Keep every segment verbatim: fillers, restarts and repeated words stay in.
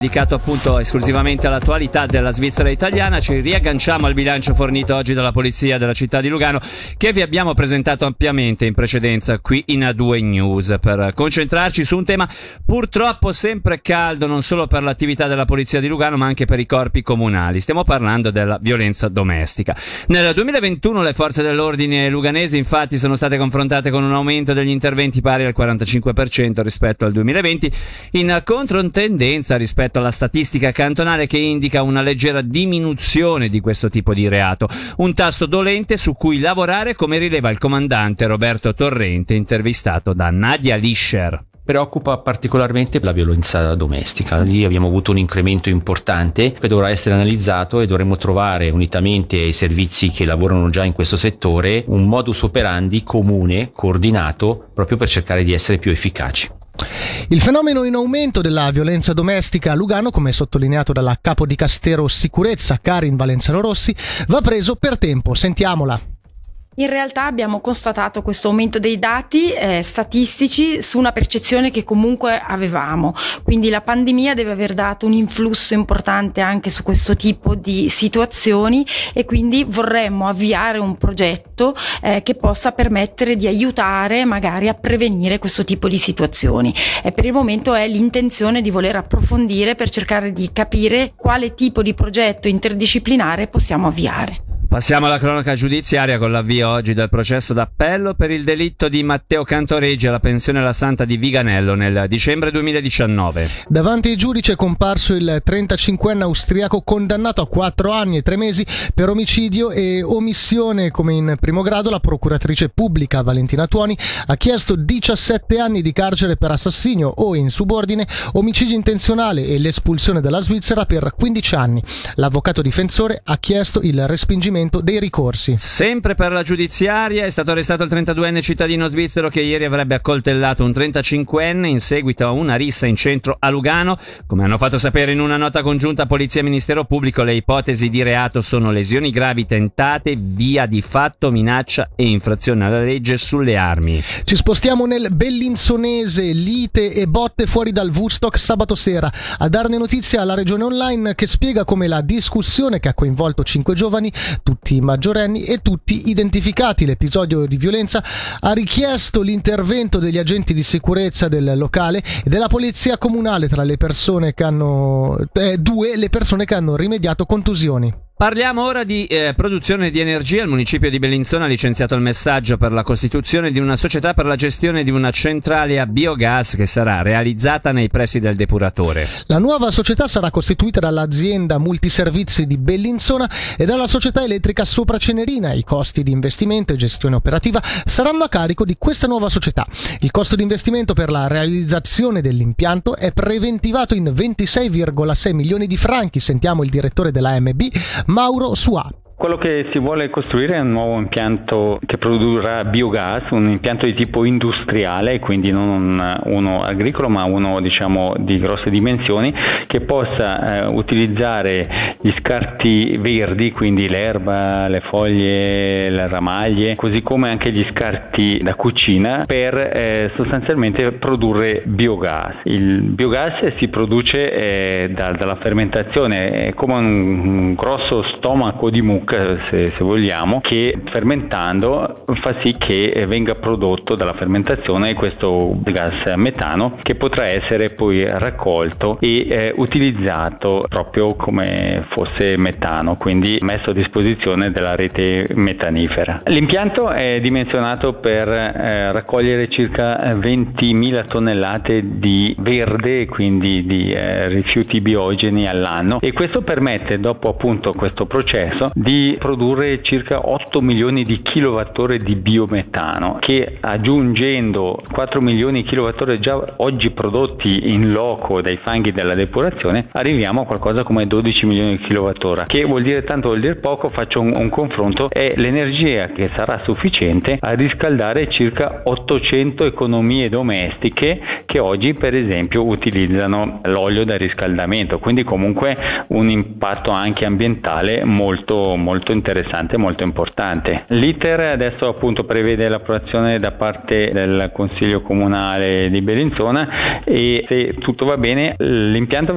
Dedicato appunto esclusivamente all'attualità della Svizzera italiana. Ci riagganciamo al bilancio fornito oggi dalla polizia della città di Lugano, che vi abbiamo presentato ampiamente in precedenza qui in A due News, per concentrarci su un tema purtroppo sempre caldo non solo per l'attività della polizia di Lugano ma anche per i corpi comunali. Stiamo parlando della violenza domestica. Nel duemilaventuno le forze dell'ordine luganesi infatti sono state confrontate con un aumento degli interventi pari al quarantacinque per cento rispetto al duemilaventi, in controtendenza rispetto alla statistica cantonale che indica una leggera diminuzione di questo tipo di reato, un tasto dolente su cui lavorare, come rileva il comandante Roberto Torrente, intervistato da Nadia Lischer. Preoccupa particolarmente la violenza domestica. Lì abbiamo avuto un incremento importante che dovrà essere analizzato e dovremo trovare, unitamente ai servizi che lavorano già in questo settore, un modus operandi comune, coordinato, proprio per cercare di essere più efficaci. Il fenomeno in aumento della violenza domestica a Lugano, come sottolineato dalla capo di Castero Sicurezza Karin Valenzano Rossi, va preso per tempo. Sentiamola. In realtà abbiamo constatato questo aumento dei dati eh, statistici su una percezione che comunque avevamo, quindi la pandemia deve aver dato un influsso importante anche su questo tipo di situazioni e quindi vorremmo avviare un progetto eh, che possa permettere di aiutare magari a prevenire questo tipo di situazioni. E per il momento è l'intenzione di voler approfondire per cercare di capire quale tipo di progetto interdisciplinare possiamo avviare. Passiamo alla cronaca giudiziaria con l'avvio oggi del processo d'appello per il delitto di Matteo Cantoreggi alla pensione La Santa di Viganello nel dicembre duemiladiciannove. Davanti ai giudici è comparso il trentacinquenne austriaco condannato a quattro anni e tre mesi per omicidio e omissione come in primo grado. La procuratrice pubblica Valentina Tuoni ha chiesto diciassette anni di carcere per assassinio o in subordine, omicidio intenzionale e l'espulsione dalla Svizzera per quindici anni. L'avvocato difensore ha chiesto il respingimento dei ricorsi. Sempre per la giudiziaria è stato arrestato il trentaduenne cittadino svizzero che ieri avrebbe accoltellato un trentacinquenne in seguito a una rissa in centro a Lugano. Come hanno fatto sapere in una nota congiunta Polizia e Ministero Pubblico, le ipotesi di reato sono lesioni gravi tentate, via di fatto, minaccia e infrazione alla legge sulle armi. Ci spostiamo nel bellinzonese, lite e botte fuori dal Woodstock sabato sera. A darne notizia alla Regione Online, che spiega come la discussione che ha coinvolto cinque giovani, tutti maggiorenni e tutti identificati. L'episodio di violenza ha richiesto l'intervento degli agenti di sicurezza del locale e della polizia comunale, tra le persone che hanno eh, due le persone che hanno rimediato contusioni. Parliamo ora di eh, produzione di energia. Il municipio di Bellinzona ha licenziato il messaggio per la costituzione di una società per la gestione di una centrale a biogas che sarà realizzata nei pressi del depuratore. La nuova società sarà costituita dall'azienda multiservizi di Bellinzona e dalla società elettrica Sopra Cenerina. I costi di investimento e gestione operativa saranno a carico di questa nuova società. Il costo di investimento per la realizzazione dell'impianto è preventivato in ventisei virgola sei milioni di franchi. Sentiamo il direttore della A M B, Mauro Suà. Quello che si vuole costruire è un nuovo impianto che produrrà biogas, un impianto di tipo industriale, quindi non uno agricolo ma uno diciamo di grosse dimensioni, che possa eh, utilizzare gli scarti verdi, quindi l'erba, le foglie, le ramaglie, così come anche gli scarti da cucina per eh, sostanzialmente produrre biogas. Il biogas si produce eh, da, dalla fermentazione, è come un, un grosso stomaco di mucca, Se, se vogliamo, che fermentando fa sì che venga prodotto dalla fermentazione questo gas metano, che potrà essere poi raccolto e eh, utilizzato proprio come fosse metano, quindi messo a disposizione della rete metanifera. L'impianto è dimensionato per eh, raccogliere circa ventimila tonnellate di verde, quindi di eh, rifiuti biogeni all'anno, e questo permette, dopo appunto questo processo, di produrre circa otto milioni di kilowattora di biometano, che aggiungendo quattro milioni di kilowattora già oggi prodotti in loco dai fanghi della depurazione, arriviamo a qualcosa come dodici milioni di kilowattora, che vuol dire tanto, vuol dire poco. Faccio un, un confronto: è l'energia che sarà sufficiente a riscaldare circa ottocento economie domestiche che oggi per esempio utilizzano l'olio da riscaldamento, quindi comunque un impatto anche ambientale molto molto interessante, molto importante. L'iter adesso appunto prevede l'approvazione da parte del Consiglio Comunale di Bellinzona e, se tutto va bene, l'impianto verrà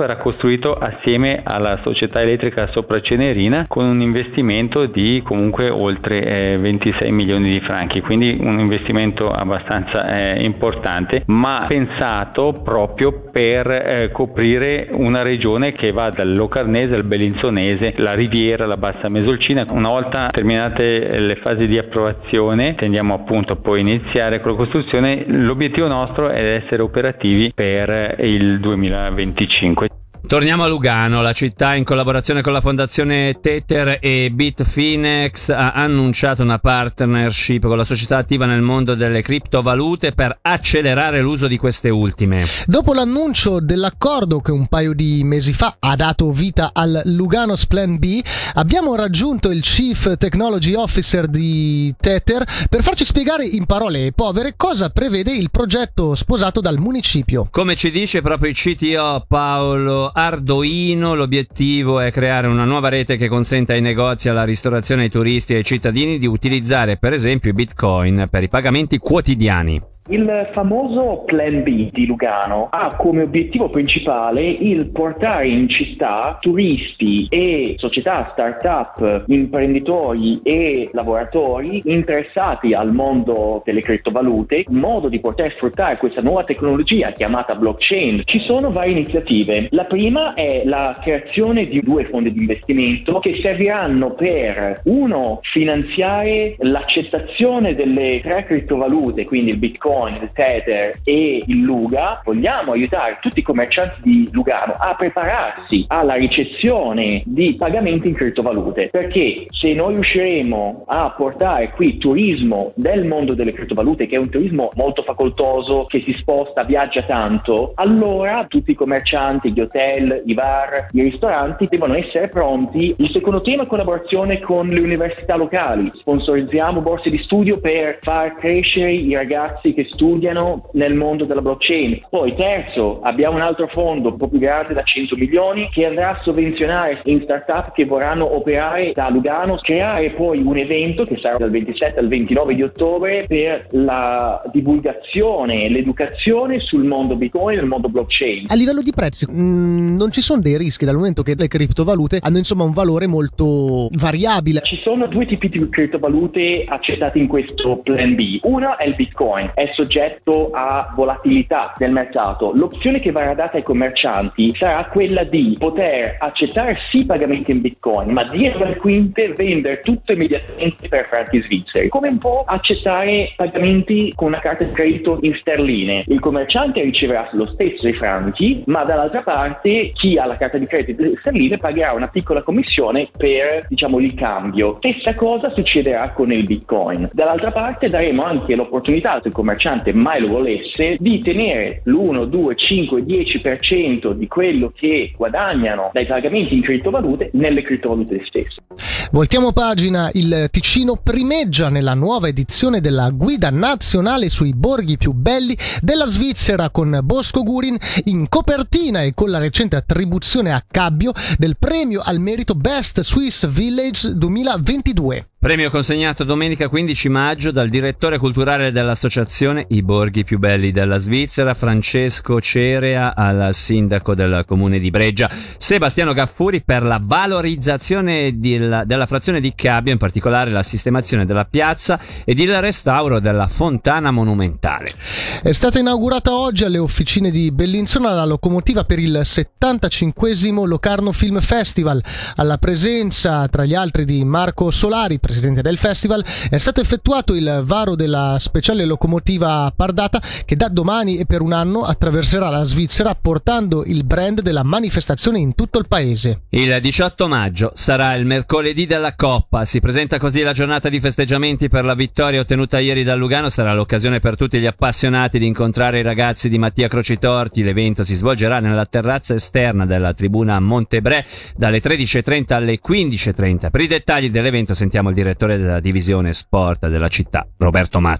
verrà costruito assieme alla società elettrica Sopracenerina con un investimento di comunque oltre eh, ventisei milioni di franchi, quindi un investimento abbastanza eh, importante, ma pensato proprio per eh, coprire una regione che va dal Locarnese al Bellinzonese, la Riviera, la Bassa Mesolcina. Una volta terminate le fasi di approvazione tendiamo appunto a poi iniziare con la costruzione. L'obiettivo nostro è essere operativi per il duemilaventicinque. Torniamo a Lugano. La città, in collaborazione con la fondazione Tether e Bitfinex, ha annunciato una partnership con la società attiva nel mondo delle criptovalute per accelerare l'uso di queste ultime. Dopo l'annuncio dell'accordo che un paio di mesi fa ha dato vita al Luganos Plan B, abbiamo raggiunto il Chief Technology Officer di Tether per farci spiegare in parole povere cosa prevede il progetto sposato dal municipio. Come ci dice proprio il C T O Paolo Ardoino, l'obiettivo è creare una nuova rete che consenta ai negozi, alla ristorazione, ai turisti e ai cittadini di utilizzare per esempio i bitcoin per i pagamenti quotidiani. Il famoso Plan B di Lugano ha come obiettivo principale il portare in città turisti e società, start-up, imprenditori e lavoratori interessati al mondo delle criptovalute in modo di poter sfruttare questa nuova tecnologia chiamata blockchain. Ci sono varie iniziative. La prima è la creazione di due fondi di investimento che serviranno per, uno, finanziare l'accettazione delle tre criptovalute, quindi il Bitcoin, il Tether e il Luga. Vogliamo aiutare tutti i commercianti di Lugano a prepararsi alla ricezione di pagamenti in criptovalute, perché se noi riusciremo a portare qui turismo del mondo delle criptovalute, che è un turismo molto facoltoso, che si sposta, viaggia tanto, allora tutti i commercianti, gli hotel, i bar, i ristoranti devono essere pronti. Il secondo tema è collaborazione con le università locali. Sponsorizziamo borse di studio per far crescere i ragazzi che studiano nel mondo della blockchain. Poi terzo, abbiamo un altro fondo un po' più grande da cento milioni che andrà a sovvenzionare in startup che vorranno operare da Lugano, creare poi un evento che sarà dal ventisette al ventinove di ottobre per la divulgazione e l'educazione sul mondo Bitcoin e il mondo blockchain. A livello di prezzi mh, non ci sono dei rischi, dal momento che le criptovalute hanno insomma un valore molto variabile. Ci sono due tipi di criptovalute accettati in questo Plan B. Una è il Bitcoin, è soggetto a volatilità del mercato. L'opzione che verrà data ai commercianti sarà quella di poter accettare sì pagamenti in Bitcoin, ma dietro le quinte vendere tutto immediatamente per franchi svizzeri, come un po' accettare pagamenti con una carta di credito in sterline. Il commerciante riceverà lo stesso i franchi, ma dall'altra parte chi ha la carta di credito in sterline pagherà una piccola commissione per, diciamo, il cambio. Stessa cosa succederà con il Bitcoin. Dall'altra parte daremo anche l'opportunità al commerciante, mai lo volesse, di tenere l'uno, due, cinque, dieci per cento di quello che guadagnano dai pagamenti in criptovalute nelle criptovalute stesse. Voltiamo pagina. Il Ticino primeggia nella nuova edizione della Guida Nazionale sui borghi più belli della Svizzera, con Bosco Gurin in copertina e con la recente attribuzione a Cabbio del premio al merito Best Swiss Village duemilaventidue. Premio consegnato domenica quindici maggio dal direttore culturale dell'associazione I Borghi Più Belli della Svizzera, Francesco Cerea, al sindaco del comune di Breggia, Sebastiano Gaffuri, per la valorizzazione di la, della frazione di Cabbio, in particolare la sistemazione della piazza ed il restauro della fontana monumentale. È stata inaugurata oggi alle officine di Bellinzona la locomotiva per il settantacinquesimo Locarno Film Festival. Alla presenza, tra gli altri, di Marco Solari, presidente del festival, è stato effettuato il varo della speciale locomotiva Pardata, che da domani e per un anno attraverserà la Svizzera portando il brand della manifestazione in tutto il paese. Il diciotto maggio sarà il mercoledì della Coppa. Si presenta così la giornata di festeggiamenti per la vittoria ottenuta ieri da Lugano. Sarà l'occasione per tutti gli appassionati di incontrare i ragazzi di Mattia Crocitorti. L'evento si svolgerà nella terrazza esterna della tribuna Montebre dalle tredici e trenta alle quindici e trenta. Per i dettagli dell'evento sentiamo il direttore della divisione sport della città, Roberto Mazza.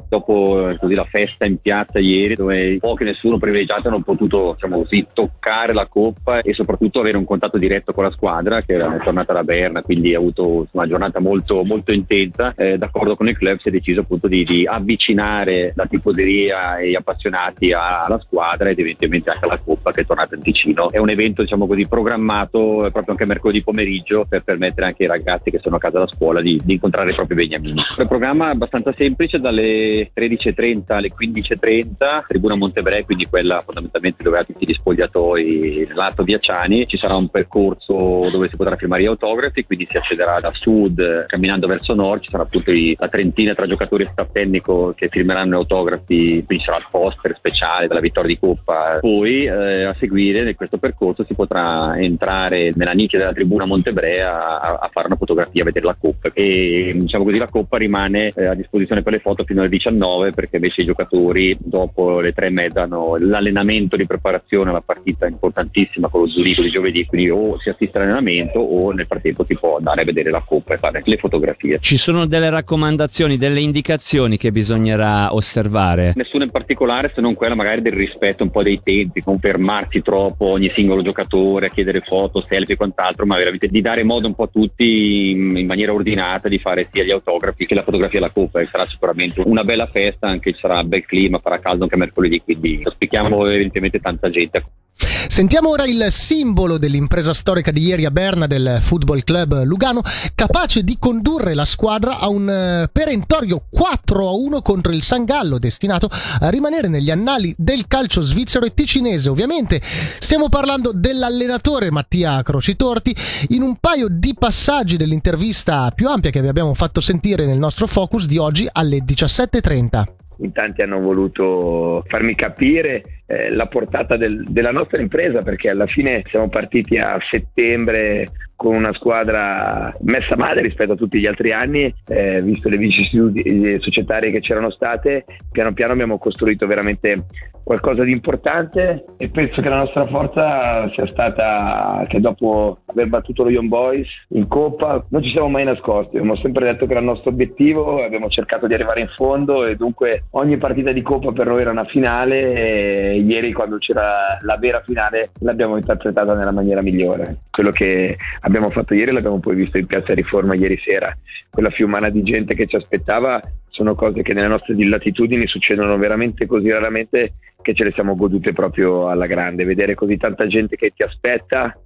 dopo così la festa in piazza ieri, dove pochi e nessuno privilegiato hanno potuto, diciamo così, toccare la coppa e soprattutto avere un contatto diretto con la squadra, che era tornata da Berna, quindi ha avuto una giornata molto molto intensa. Eh, d'accordo con il club si è deciso appunto di, di avvicinare la tifoseria e gli appassionati alla squadra ed evidentemente anche alla coppa che è tornata in Ticino. È un evento, diciamo così, programmato proprio anche mercoledì pomeriggio per permettere anche ai ragazzi che sono a casa da scuola di, di incontrare i propri beniamini. Il programma è abbastanza semplice: dalle tredici e trenta alle quindici e trenta Tribuna Montebre, quindi quella fondamentalmente dove ha tutti gli spogliatoi, lato via Ciani. Ci sarà un percorso dove si potrà firmare gli autografi, quindi si accederà da sud camminando verso nord. Ci sarà appunto la trentina tra giocatori e staff tecnico che firmeranno autografi, quindi sarà il poster speciale della vittoria di Coppa. Poi eh, a seguire in questo percorso si potrà entrare nella nicchia della Tribuna Montebre a, a fare una fotografia, a vedere la Coppa, e diciamo così la Coppa rimane eh, a disposizione per le foto fino alle diciannove, perché invece i giocatori dopo le tre e mezza hanno l'allenamento di preparazione alla partita importantissima con lo Zurigo di giovedì, quindi o si assiste all'allenamento o nel frattempo si può andare a vedere la Coppa e fare le fotografie. Ci sono delle raccomandazioni, delle indicazioni che bisognerà osservare? Nessuna in particolare, se non quella magari del rispetto un po' dei tempi, non fermarsi troppo ogni singolo giocatore a chiedere foto, selfie e quant'altro, ma veramente di dare modo un po' a tutti in, in maniera ordinata di fare sia gli autografi che la fotografia alla Coppa, e sarà sicuramente una bella festa, anche ci sarà bel clima, farà caldo anche mercoledì, quindi auspichiamo evidentemente tanta gente. Sentiamo ora il simbolo dell'impresa storica di ieri a Berna del Football Club Lugano, capace di condurre la squadra a un perentorio quattro a uno contro il San Gallo, destinato a rimanere negli annali del calcio svizzero e ticinese. Ovviamente stiamo parlando dell'allenatore Mattia Crocitorti. In un paio di passaggi dell'intervista più ampia che vi abbiamo fatto sentire nel nostro Focus di oggi alle diciassette e trenta. In tanti hanno voluto farmi capire eh, la portata del, della nostra impresa, perché alla fine siamo partiti a settembre con una squadra messa male rispetto a tutti gli altri anni, eh, visto le vicissitudini societarie che c'erano state. Piano piano abbiamo costruito veramente qualcosa di importante, e penso che la nostra forza sia stata che dopo aver battuto lo Young Boys in Coppa non ci siamo mai nascosti, abbiamo sempre detto che era il nostro obiettivo, abbiamo cercato di arrivare in fondo, e dunque ogni partita di Coppa per noi era una finale, e ieri quando c'era la vera finale l'abbiamo interpretata nella maniera migliore. Quello che abbiamo fatto ieri l'abbiamo poi visto in Piazza Riforma ieri sera, quella fiumana di gente che ci aspettava. Sono cose che nelle nostre latitudini succedono veramente così raramente, che ce le siamo godute proprio alla grande. Vedere così tanta gente che ti aspetta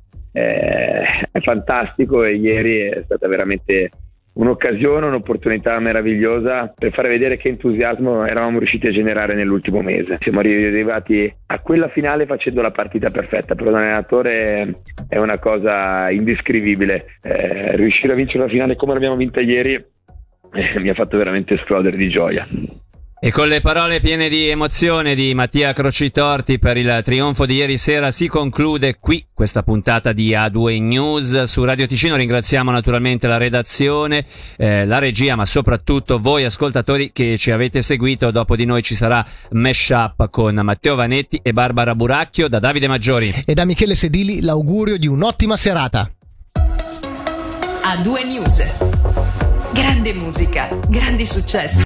eh, è fantastico, e ieri è stata veramente un'occasione, un'opportunità meravigliosa per fare vedere che entusiasmo eravamo riusciti a generare nell'ultimo mese. Siamo arrivati a quella finale facendo la partita perfetta. Per un allenatore è una cosa indescrivibile, eh, riuscire a vincere la finale come l'abbiamo vinta ieri eh, mi ha fatto veramente esplodere di gioia. E con le parole piene di emozione di Mattia Crocitorti per il trionfo di ieri sera si conclude qui questa puntata di A due News su Radio Ticino. Ringraziamo naturalmente la redazione, eh, la regia, ma soprattutto voi ascoltatori che ci avete seguito. Dopo di noi ci sarà Mashup con Matteo Vanetti e Barbara Buracchio. Da Davide Maggiori e da Michele Sedili l'augurio di un'ottima serata. A due News. Grande musica, grandi successi.